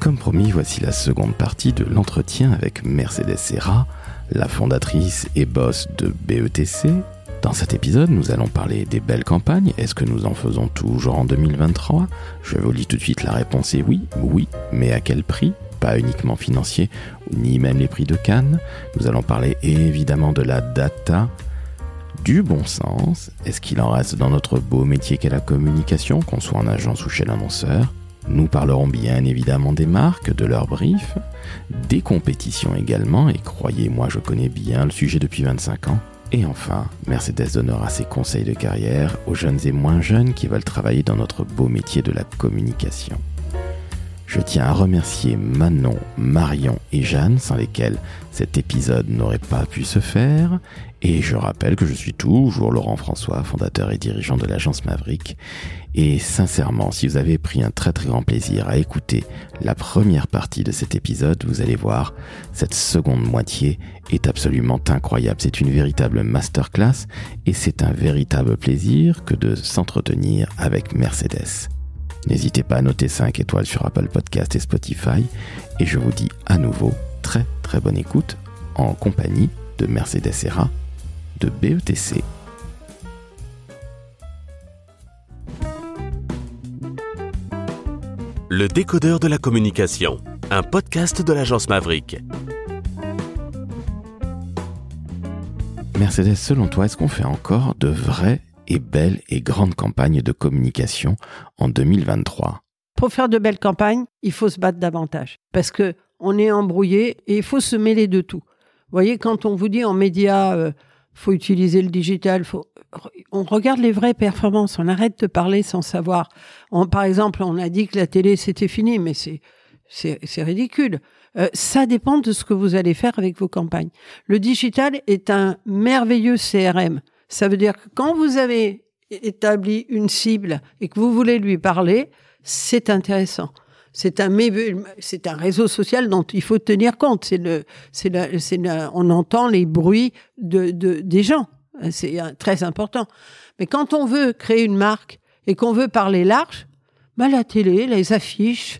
Comme promis, voici la seconde partie de l'entretien avec Mercedes Serra, la fondatrice et boss de BETC. Dans cet épisode, nous allons parler des belles campagnes. Est-ce que nous en faisons toujours en 2023 ? Je vous lis tout de suite, la réponse est oui, mais à quel prix ? Pas uniquement financier, ni même les prix de Cannes. Nous allons parler évidemment de la data, du bon sens. Est-ce qu'il en reste dans notre beau métier qu'est la communication, qu'on soit en agence ou chez l'annonceur ? Nous parlerons bien évidemment des marques, de leurs briefs, des compétitions également, et croyez-moi, je connais bien le sujet depuis 25 ans. Et enfin, Mercedes donnera ses conseils de carrière aux jeunes et moins jeunes qui veulent travailler dans notre beau métier de la communication. Je tiens à remercier Manon, Marion et Jeanne, sans lesquelles cet épisode n'aurait pas pu se faire. Et je rappelle que je suis toujours Laurent François, fondateur et dirigeant de l'agence Maverick. Et sincèrement, si vous avez pris un très très grand plaisir à écouter la première partie de cet épisode, vous allez voir, cette seconde moitié est absolument incroyable. C'est une véritable masterclass et c'est un véritable plaisir que de s'entretenir avec Mercedes. N'hésitez pas à noter 5 étoiles sur Apple Podcast et Spotify. Et je vous dis à nouveau très très bonne écoute en compagnie de Mercedes Serra de BETC. Le décodeur de la communication, un podcast de l'agence Maverick. Mercedes, selon toi, est-ce qu'on fait encore de vraies et belles et grandes campagnes de communication en 2023 ? Pour faire de belles campagnes, il faut se battre davantage parce que on est embrouillé et il faut se mêler de tout. Vous voyez, quand on vous dit en médias, faut utiliser le digital, on regarde les vraies performances, on arrête de parler sans savoir. Par exemple, on a dit que la télé c'était fini, mais c'est ridicule. Ça dépend de ce que vous allez faire avec vos campagnes. Le digital est un merveilleux CRM. Ça veut dire que quand vous avez établi une cible et que vous voulez lui parler, c'est intéressant. C'est un réseau social dont il faut tenir compte. On entend les bruits des gens. C'est très important. Mais quand on veut créer une marque et qu'on veut parler large, la télé, les affiches,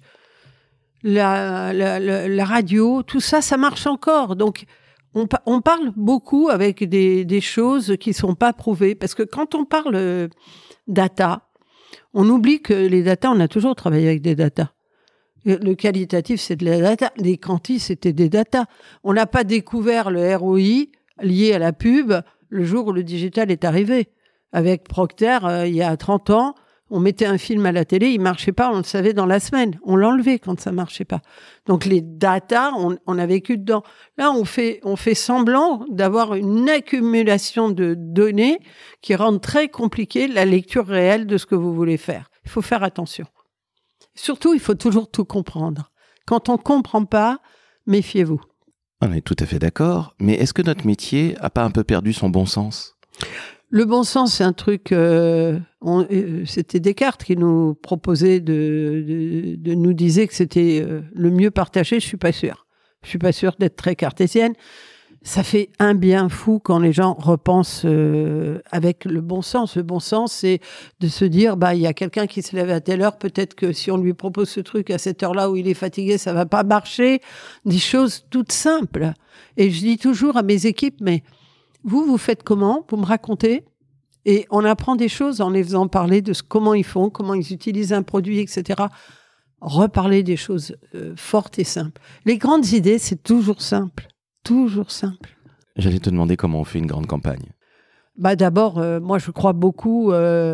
la radio, tout ça, ça marche encore. Donc, on parle beaucoup avec des choses qui sont pas prouvées. Parce que quand on parle data, on oublie que les data, on a toujours travaillé avec des data. Le qualitatif, c'est de la data. Les quantis, c'était des data. On n'a pas découvert le ROI lié à la pub le jour où le digital est arrivé. Avec Procter, il y a 30 ans, on mettait un film à la télé, il marchait pas, on le savait dans la semaine. On l'enlevait quand ça marchait pas. Donc les data, on a vécu dedans. Là, on fait semblant d'avoir une accumulation de données qui rendent très compliqué la lecture réelle de ce que vous voulez faire. Il faut faire attention. Surtout, il faut toujours tout comprendre. Quand on ne comprend pas, méfiez-vous. On est tout à fait d'accord, mais est-ce que notre métier n'a pas un peu perdu son bon sens ? Le bon sens, c'est un truc... c'était Descartes qui nous proposait de nous disait que c'était le mieux partagé. Je suis pas sûre. Je suis pas sûre d'être très cartésienne. Ça fait un bien fou quand les gens repensent avec le bon sens. Le bon sens, c'est de se dire, il y a quelqu'un qui se lève à telle heure, peut-être que si on lui propose ce truc à cette heure-là où il est fatigué, ça va pas marcher. Des choses toutes simples. Et je dis toujours à mes équipes, mais vous faites comment ? Vous me racontez ? Et on apprend des choses en les faisant parler de comment ils font, comment ils utilisent un produit, etc. Reparler des choses fortes et simples. Les grandes idées, c'est toujours simple. Toujours simple. J'allais te demander comment on fait une grande campagne. D'abord, moi, je crois beaucoup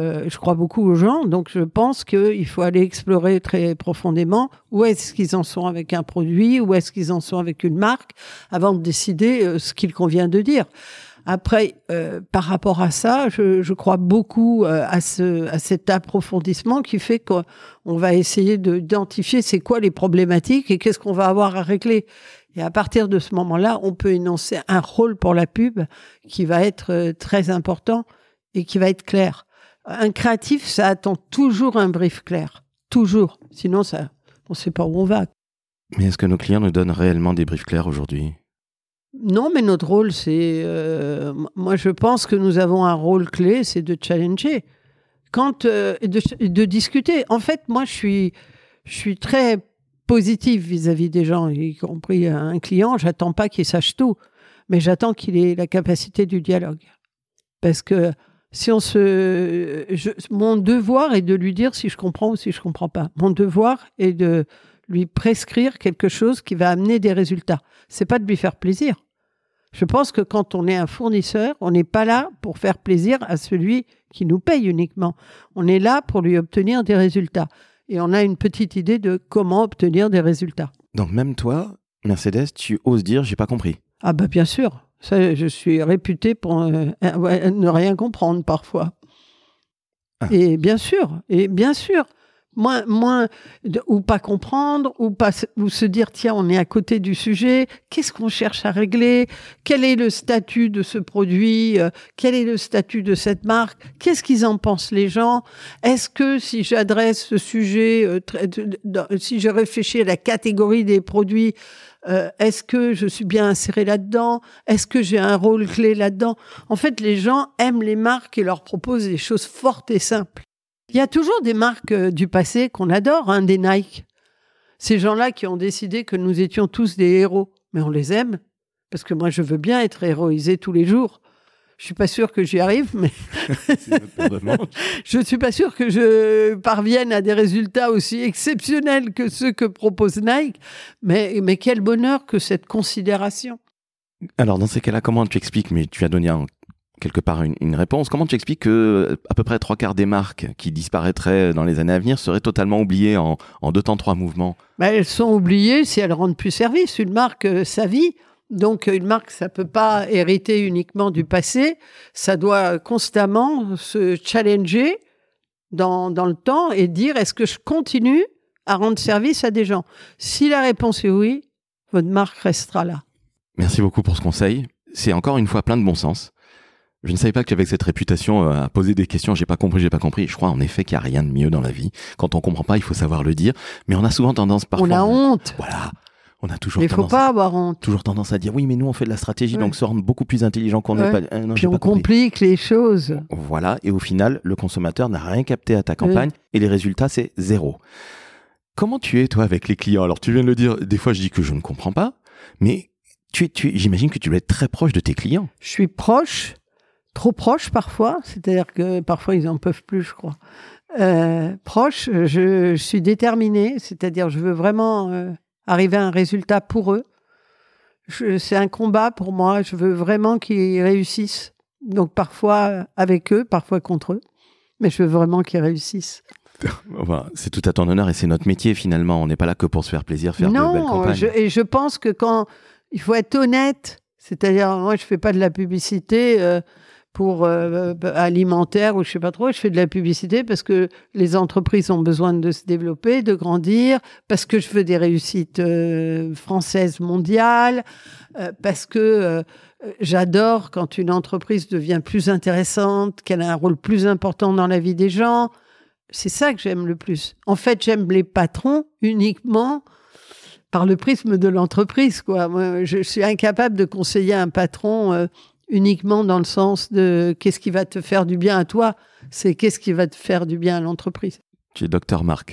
aux gens. Donc, je pense qu'il faut aller explorer très profondément où est-ce qu'ils en sont avec un produit, où est-ce qu'ils en sont avec une marque, avant de décider ce qu'il convient de dire. Après, par rapport à ça, je crois beaucoup à cet approfondissement qui fait qu'on va essayer d'identifier c'est quoi les problématiques et qu'est-ce qu'on va avoir à régler. Et à partir de ce moment-là, on peut énoncer un rôle pour la pub qui va être très important et qui va être clair. Un créatif, ça attend toujours un brief clair. Toujours. Sinon, on ne sait pas où on va. Mais est-ce que nos clients nous donnent réellement des briefs clairs aujourd'hui ? Non, mais notre rôle, c'est... moi, je pense que nous avons un rôle clé, c'est de challenger. De discuter. En fait, moi, je suis très positive vis-à-vis des gens, y compris un client. J'attends pas qu'il sache tout, mais j'attends qu'il ait la capacité du dialogue. Parce que si mon devoir est de lui dire si je comprends ou si je comprends pas. Mon devoir est de lui prescrire quelque chose qui va amener des résultats. C'est pas de lui faire plaisir. Je pense que quand on est un fournisseur, on n'est pas là pour faire plaisir à celui qui nous paye uniquement. On est là pour lui obtenir des résultats. Et on a une petite idée de comment obtenir des résultats. Donc même toi, Mercedes, tu oses dire « j'ai pas compris ». Ah bah bien sûr. Ça, je suis réputée pour ne rien comprendre parfois. Ah. Et bien sûr. Ou pas comprendre, ou se dire, tiens, on est à côté du sujet, qu'est-ce qu'on cherche à régler, quel est le statut de ce produit, quel est le statut de cette marque, qu'est-ce qu'ils en pensent les gens, est-ce que si j'adresse ce sujet, si je réfléchis à la catégorie des produits, est-ce que je suis bien insérée là-dedans, est-ce que j'ai un rôle clé là-dedans? En fait, les gens aiment les marques et leur proposent des choses fortes et simples. Il y a toujours des marques du passé qu'on adore, des Nike. Ces gens-là qui ont décidé que nous étions tous des héros. Mais on les aime, parce que moi, je veux bien être héroïsée tous les jours. Je ne suis pas sûre que j'y arrive, mais je ne suis pas sûre que je parvienne à des résultats aussi exceptionnels que ceux que propose Nike. Mais quel bonheur que cette considération. Alors, dans ces cas-là, comment tu expliques, mais tu as donné quelque part une réponse. Comment tu expliques que à peu près 3/4 des marques qui disparaîtraient dans les années à venir seraient totalement oubliées en 2 temps 3 mouvements? Elles sont oubliées si elles rendent plus service. Une marque, sa vie. Donc une marque, ça peut pas hériter uniquement du passé. Ça doit constamment se challenger dans le temps et dire est-ce que je continue à rendre service à des gens? Si la réponse est oui, votre marque restera là. Merci beaucoup pour ce conseil. C'est encore une fois plein de bon sens. Je ne savais pas que tu avais cette réputation à poser des questions, j'ai pas compris. Je crois en effet qu'il n'y a rien de mieux dans la vie. Quand on comprend pas, il faut savoir le dire. Mais on a souvent tendance parfois... On a honte. Voilà. On a toujours tendance... Mais il ne faut pas avoir honte. Toujours tendance à dire, oui, mais nous on fait de la stratégie, donc ça rend beaucoup plus intelligent qu'on n'est pas... Puis on complique les choses. Voilà. Et au final, le consommateur n'a rien capté à ta campagne et les résultats, c'est 0. Comment tu es, toi, avec les clients? Alors, tu viens de le dire, des fois je dis que je ne comprends pas, mais j'imagine que tu dois être très proche de tes clients. Je suis proche. Trop proche parfois, c'est-à-dire que parfois ils n'en peuvent plus, je crois. Proche, je suis déterminée, c'est-à-dire je veux vraiment arriver à un résultat pour eux. C'est un combat pour moi, je veux vraiment qu'ils réussissent. Donc parfois avec eux, parfois contre eux, mais je veux vraiment qu'ils réussissent. Enfin, c'est tout à ton honneur et c'est notre métier finalement, on n'est pas là que pour se faire plaisir, faire de belles campagnes. Et je pense que quand il faut être honnête, c'est-à-dire moi je ne fais pas de la publicité... pour alimentaire ou je sais pas trop, je fais de la publicité parce que les entreprises ont besoin de se développer, de grandir, parce que je veux des réussites françaises mondiales, parce que j'adore quand une entreprise devient plus intéressante, qu'elle a un rôle plus important dans la vie des gens. C'est ça que j'aime le plus. En fait, j'aime les patrons uniquement par le prisme de l'entreprise, quoi. Moi, je suis incapable de conseiller un patron uniquement dans le sens de qu'est-ce qui va te faire du bien à toi, c'est qu'est-ce qui va te faire du bien à l'entreprise. Tu es docteur Marc.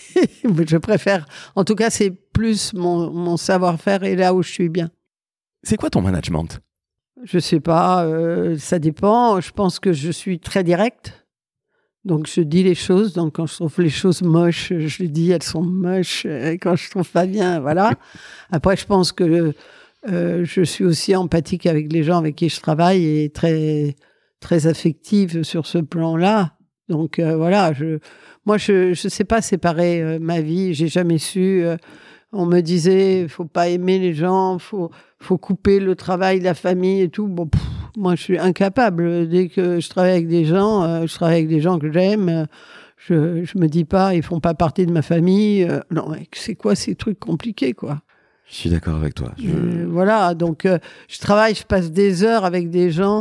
Je préfère, en tout cas, c'est plus mon savoir-faire et là où je suis bien. C'est quoi ton management? Je sais pas, ça dépend. Je pense que je suis très directe. Donc, je dis les choses. Donc, quand je trouve les choses moches, je les dis, elles sont moches. Et quand je trouve pas bien, voilà. Après, je pense que je suis aussi empathique avec les gens avec qui je travaille et très, très affective sur ce plan-là. Donc, voilà, moi, je sais pas séparer ma vie. J'ai jamais su. On me disait, faut pas aimer les gens, faut couper le travail, la famille et tout. Bon, moi, je suis incapable. Dès que je travaille avec des gens, je travaille avec des gens que j'aime. Je me dis pas, ils font pas partie de ma famille. Non, c'est quoi ces trucs compliqués, quoi. Je suis d'accord avec toi. Voilà, donc je passe des heures avec des gens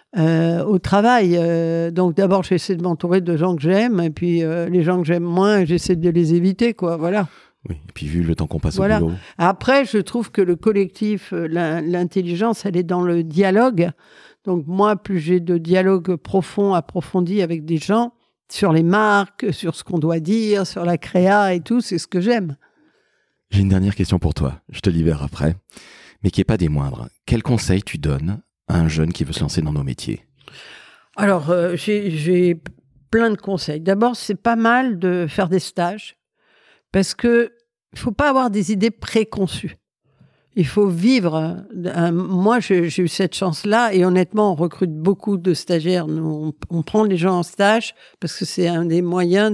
au travail. Donc d'abord, j'essaie de m'entourer de gens que j'aime, et puis les gens que j'aime moins, j'essaie de les éviter, quoi. Voilà. Oui, et puis vu le temps qu'on passe au boulot. Après, je trouve que le collectif, l'intelligence, elle est dans le dialogue. Donc moi, plus j'ai de dialogue profond, approfondi avec des gens sur les marques, sur ce qu'on doit dire, sur la créa et tout, c'est ce que j'aime. J'ai une dernière question pour toi, je te libère après, mais qui n'est pas des moindres. Quel conseil tu donnes à un jeune qui veut se lancer dans nos métiers ? Alors, j'ai plein de conseils. D'abord, c'est pas mal de faire des stages parce que il faut pas avoir des idées préconçues. Il faut vivre. Moi, j'ai eu cette chance-là et honnêtement, on recrute beaucoup de stagiaires. Nous, on prend les gens en stage parce que c'est un des moyens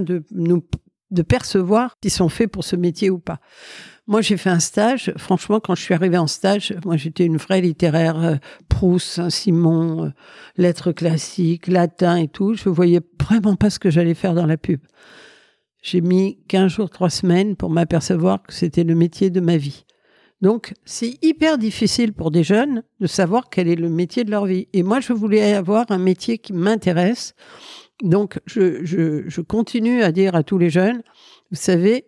de percevoir s'ils sont faits pour ce métier ou pas. Moi, j'ai fait un stage. Franchement, quand je suis arrivée en stage, moi, j'étais une vraie littéraire, Proust, Saint-Simon, lettres classiques, latin et tout. Je voyais vraiment pas ce que j'allais faire dans la pub. J'ai mis 15 jours, 3 semaines pour m'apercevoir que c'était le métier de ma vie. Donc, c'est hyper difficile pour des jeunes de savoir quel est le métier de leur vie. Et moi, je voulais avoir un métier qui m'intéresse. Donc, je continue à dire à tous les jeunes, vous savez,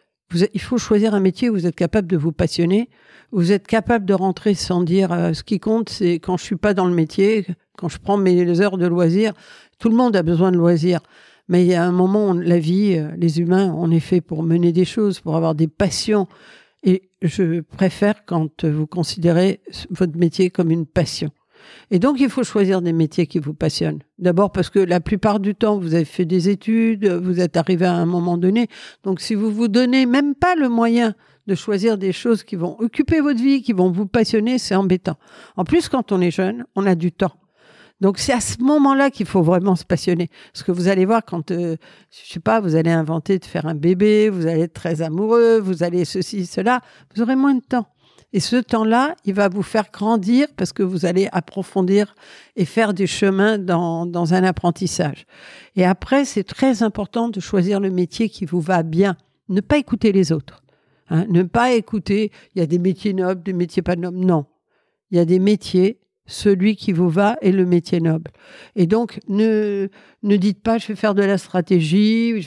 il faut choisir un métier où vous êtes capable de vous passionner, où vous êtes capable de rentrer sans dire ce qui compte, c'est quand je suis pas dans le métier, quand je prends mes heures de loisirs. Tout le monde a besoin de loisirs. Mais il y a un moment, la vie, les humains, on est fait pour mener des choses, pour avoir des passions. Et je préfère quand vous considérez votre métier comme une passion. Et donc, il faut choisir des métiers qui vous passionnent. D'abord parce que la plupart du temps, vous avez fait des études, vous êtes arrivé à un moment donné. Donc, si vous vous donnez même pas le moyen de choisir des choses qui vont occuper votre vie, qui vont vous passionner, c'est embêtant. En plus, quand on est jeune, on a du temps. Donc, c'est à ce moment-là qu'il faut vraiment se passionner. Parce que vous allez voir quand, je sais pas, vous allez inventer de faire un bébé, vous allez être très amoureux, vous allez ceci, cela, vous aurez moins de temps. Et ce temps-là, il va vous faire grandir parce que vous allez approfondir et faire du chemin dans un apprentissage. Et après, c'est très important de choisir le métier qui vous va bien. Ne pas écouter les autres. Ne pas écouter, il y a des métiers nobles, des métiers pas nobles. Non. Il y a des métiers, celui qui vous va est le métier noble. Et donc, ne dites pas, je vais faire de la stratégie,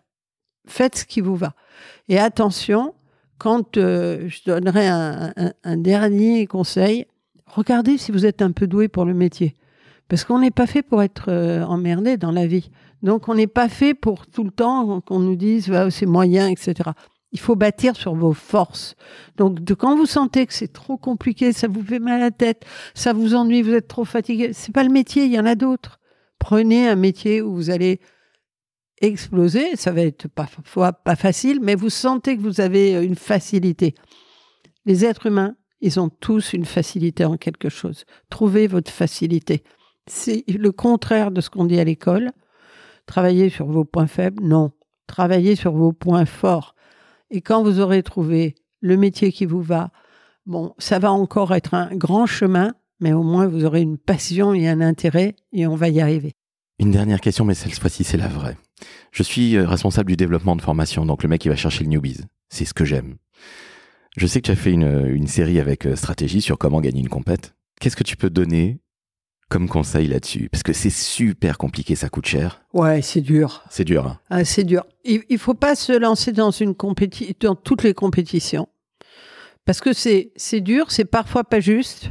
faites ce qui vous va. Et attention, quand je donnerai un dernier conseil, regardez si vous êtes un peu doué pour le métier. Parce qu'on n'est pas fait pour être emmerdé dans la vie. Donc, on n'est pas fait pour tout le temps qu'on nous dise c'est moyen, etc. Il faut bâtir sur vos forces. Donc, quand vous sentez que c'est trop compliqué, ça vous fait mal à la tête, ça vous ennuie, vous êtes trop fatigué, c'est pas le métier, il y en a d'autres. Prenez un métier où vous allez exploser, ça va être parfois pas facile, mais vous sentez que vous avez une facilité. Les êtres humains, ils ont tous une facilité en quelque chose. Trouvez votre facilité. C'est le contraire de ce qu'on dit à l'école. Travaillez sur vos points faibles, non. Travaillez sur vos points forts. Et quand vous aurez trouvé le métier qui vous va, ça va encore être un grand chemin, mais au moins vous aurez une passion et un intérêt et on va y arriver. Une dernière question, mais cette fois-ci, c'est la vraie. Je suis responsable du développement de formation, donc le mec qui va chercher le newbies. C'est ce que j'aime. Je sais que tu as fait une série avec Stratégie sur comment gagner une compète. Qu'est-ce que tu peux donner comme conseil là-dessus ? Parce que c'est super compliqué, ça coûte cher. Ouais, c'est dur. C'est dur. Hein. Ah, c'est dur. Il faut pas se lancer dans toutes les compétitions. Parce que c'est dur, c'est parfois pas juste.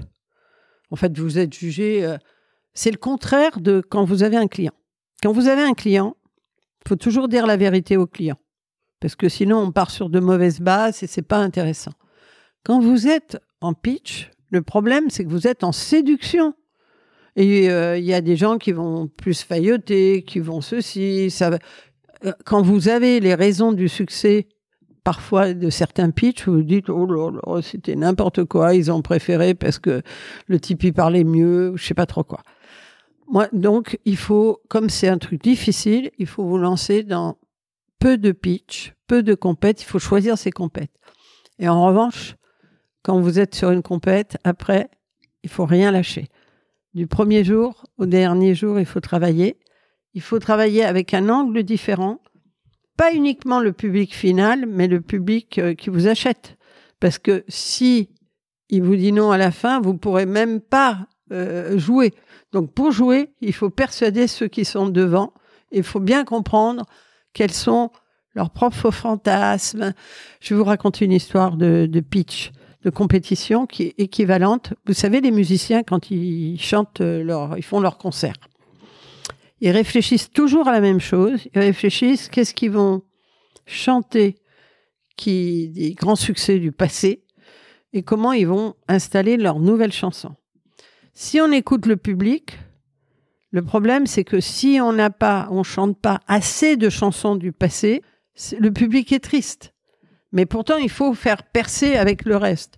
En fait, vous êtes jugé... c'est le contraire de quand vous avez un client. Quand vous avez un client, il faut toujours dire la vérité au client. Parce que sinon, on part sur de mauvaises bases et c'est pas intéressant. Quand vous êtes en pitch, le problème, c'est que vous êtes en séduction. Et il y a des gens qui vont plus failloter, qui vont ceci. Quand vous avez les raisons du succès, parfois de certains pitchs, vous vous dites « Oh là là, c'était n'importe quoi, ils ont préféré parce que le type, il parlait mieux, je sais pas trop quoi. » Donc, il faut, comme c'est un truc difficile, il faut vous lancer dans peu de pitch, peu de compètes. Il faut choisir ses compètes. Et en revanche, quand vous êtes sur une compète, après, il faut rien lâcher. Du premier jour au dernier jour, il faut travailler. Il faut travailler avec un angle différent. Pas uniquement le public final, mais le public qui vous achète. Parce que si il vous dit non à la fin, vous ne pourrez même pas jouer. Donc, pour jouer, il faut persuader ceux qui sont devant. Il faut bien comprendre quels sont leurs propres fantasmes. Je vais vous raconter une histoire de pitch, de compétition qui est équivalente. Vous savez, les musiciens, quand ils chantent, ils font leur concert, ils réfléchissent toujours à la même chose. Ils réfléchissent qu'est-ce qu'ils vont chanter des grands succès du passé et comment ils vont installer leurs nouvelles chansons. Si on écoute le public, le problème, c'est que si on chante pas assez de chansons du passé, le public est triste. Mais pourtant, il faut faire percer avec le reste.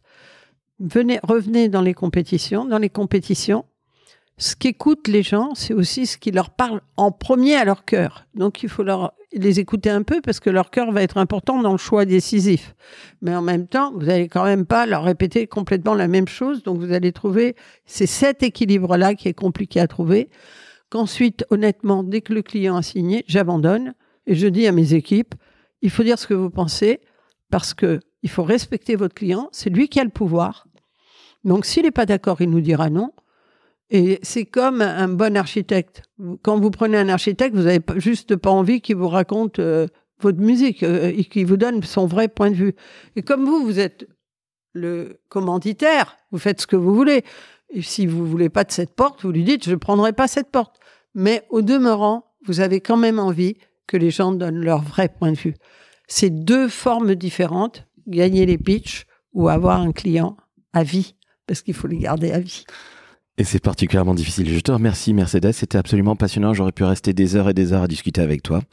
Revenez dans les compétitions. Dans les compétitions, ce qu'écoutent les gens, c'est aussi ce qui leur parle en premier à leur cœur. Donc, il faut les écouter un peu parce que leur cœur va être important dans le choix décisif. Mais en même temps, vous n'allez quand même pas leur répéter complètement la même chose. Donc, vous allez trouver, c'est cet équilibre-là qui est compliqué à trouver. Qu'ensuite, honnêtement, dès que le client a signé, j'abandonne et je dis à mes équipes, il faut dire ce que vous pensez parce qu'il faut respecter votre client, c'est lui qui a le pouvoir. Donc, s'il n'est pas d'accord, il nous dira non. Et c'est comme un bon architecte. Quand vous prenez un architecte, vous n'avez juste pas envie qu'il vous raconte votre musique et qu'il vous donne son vrai point de vue. Et comme vous êtes le commanditaire, vous faites ce que vous voulez. Et si vous ne voulez pas de cette porte, vous lui dites « je ne prendrai pas cette porte ». Mais au demeurant, vous avez quand même envie que les gens donnent leur vrai point de vue. C'est deux formes différentes, gagner les pitchs ou avoir un client à vie, parce qu'il faut les garder à vie. Et c'est particulièrement difficile. Je te remercie, Mercedes. C'était absolument passionnant. J'aurais pu rester des heures et des heures à discuter avec toi.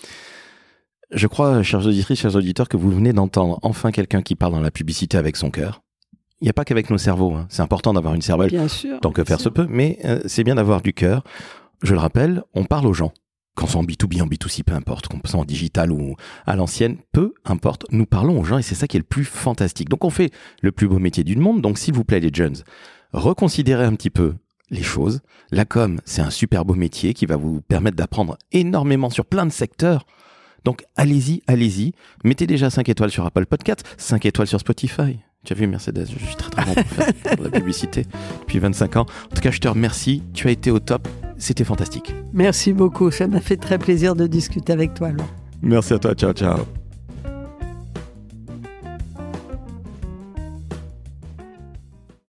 Je crois, chères auditrices, chers auditeurs, que vous venez d'entendre enfin quelqu'un qui parle dans la publicité avec son cœur. Il n'y a pas qu'avec nos cerveaux. Hein. C'est important d'avoir une cervelle, bien sûr, tant que faire se peut, mais c'est bien d'avoir du cœur. Je le rappelle, on parle aux gens. Qu'on soit en B2B, en B2C, peu importe, qu'on soit en digital ou à l'ancienne, peu importe, nous parlons aux gens et c'est ça qui est le plus fantastique. Donc on fait le plus beau métier du monde, donc s'il vous plaît les jeunes, reconsidérez un petit peu les choses. La com, c'est un super beau métier qui va vous permettre d'apprendre énormément sur plein de secteurs. Donc allez-y. Mettez déjà 5 étoiles sur Apple Podcast, 5 étoiles sur Spotify. Tu as vu Mercedes, je suis très bon pour faire de la publicité depuis 25 ans. En tout cas, je te remercie, tu as été au top, c'était fantastique. Merci beaucoup, ça m'a fait très plaisir de discuter avec toi, Laurent. Merci à toi, ciao.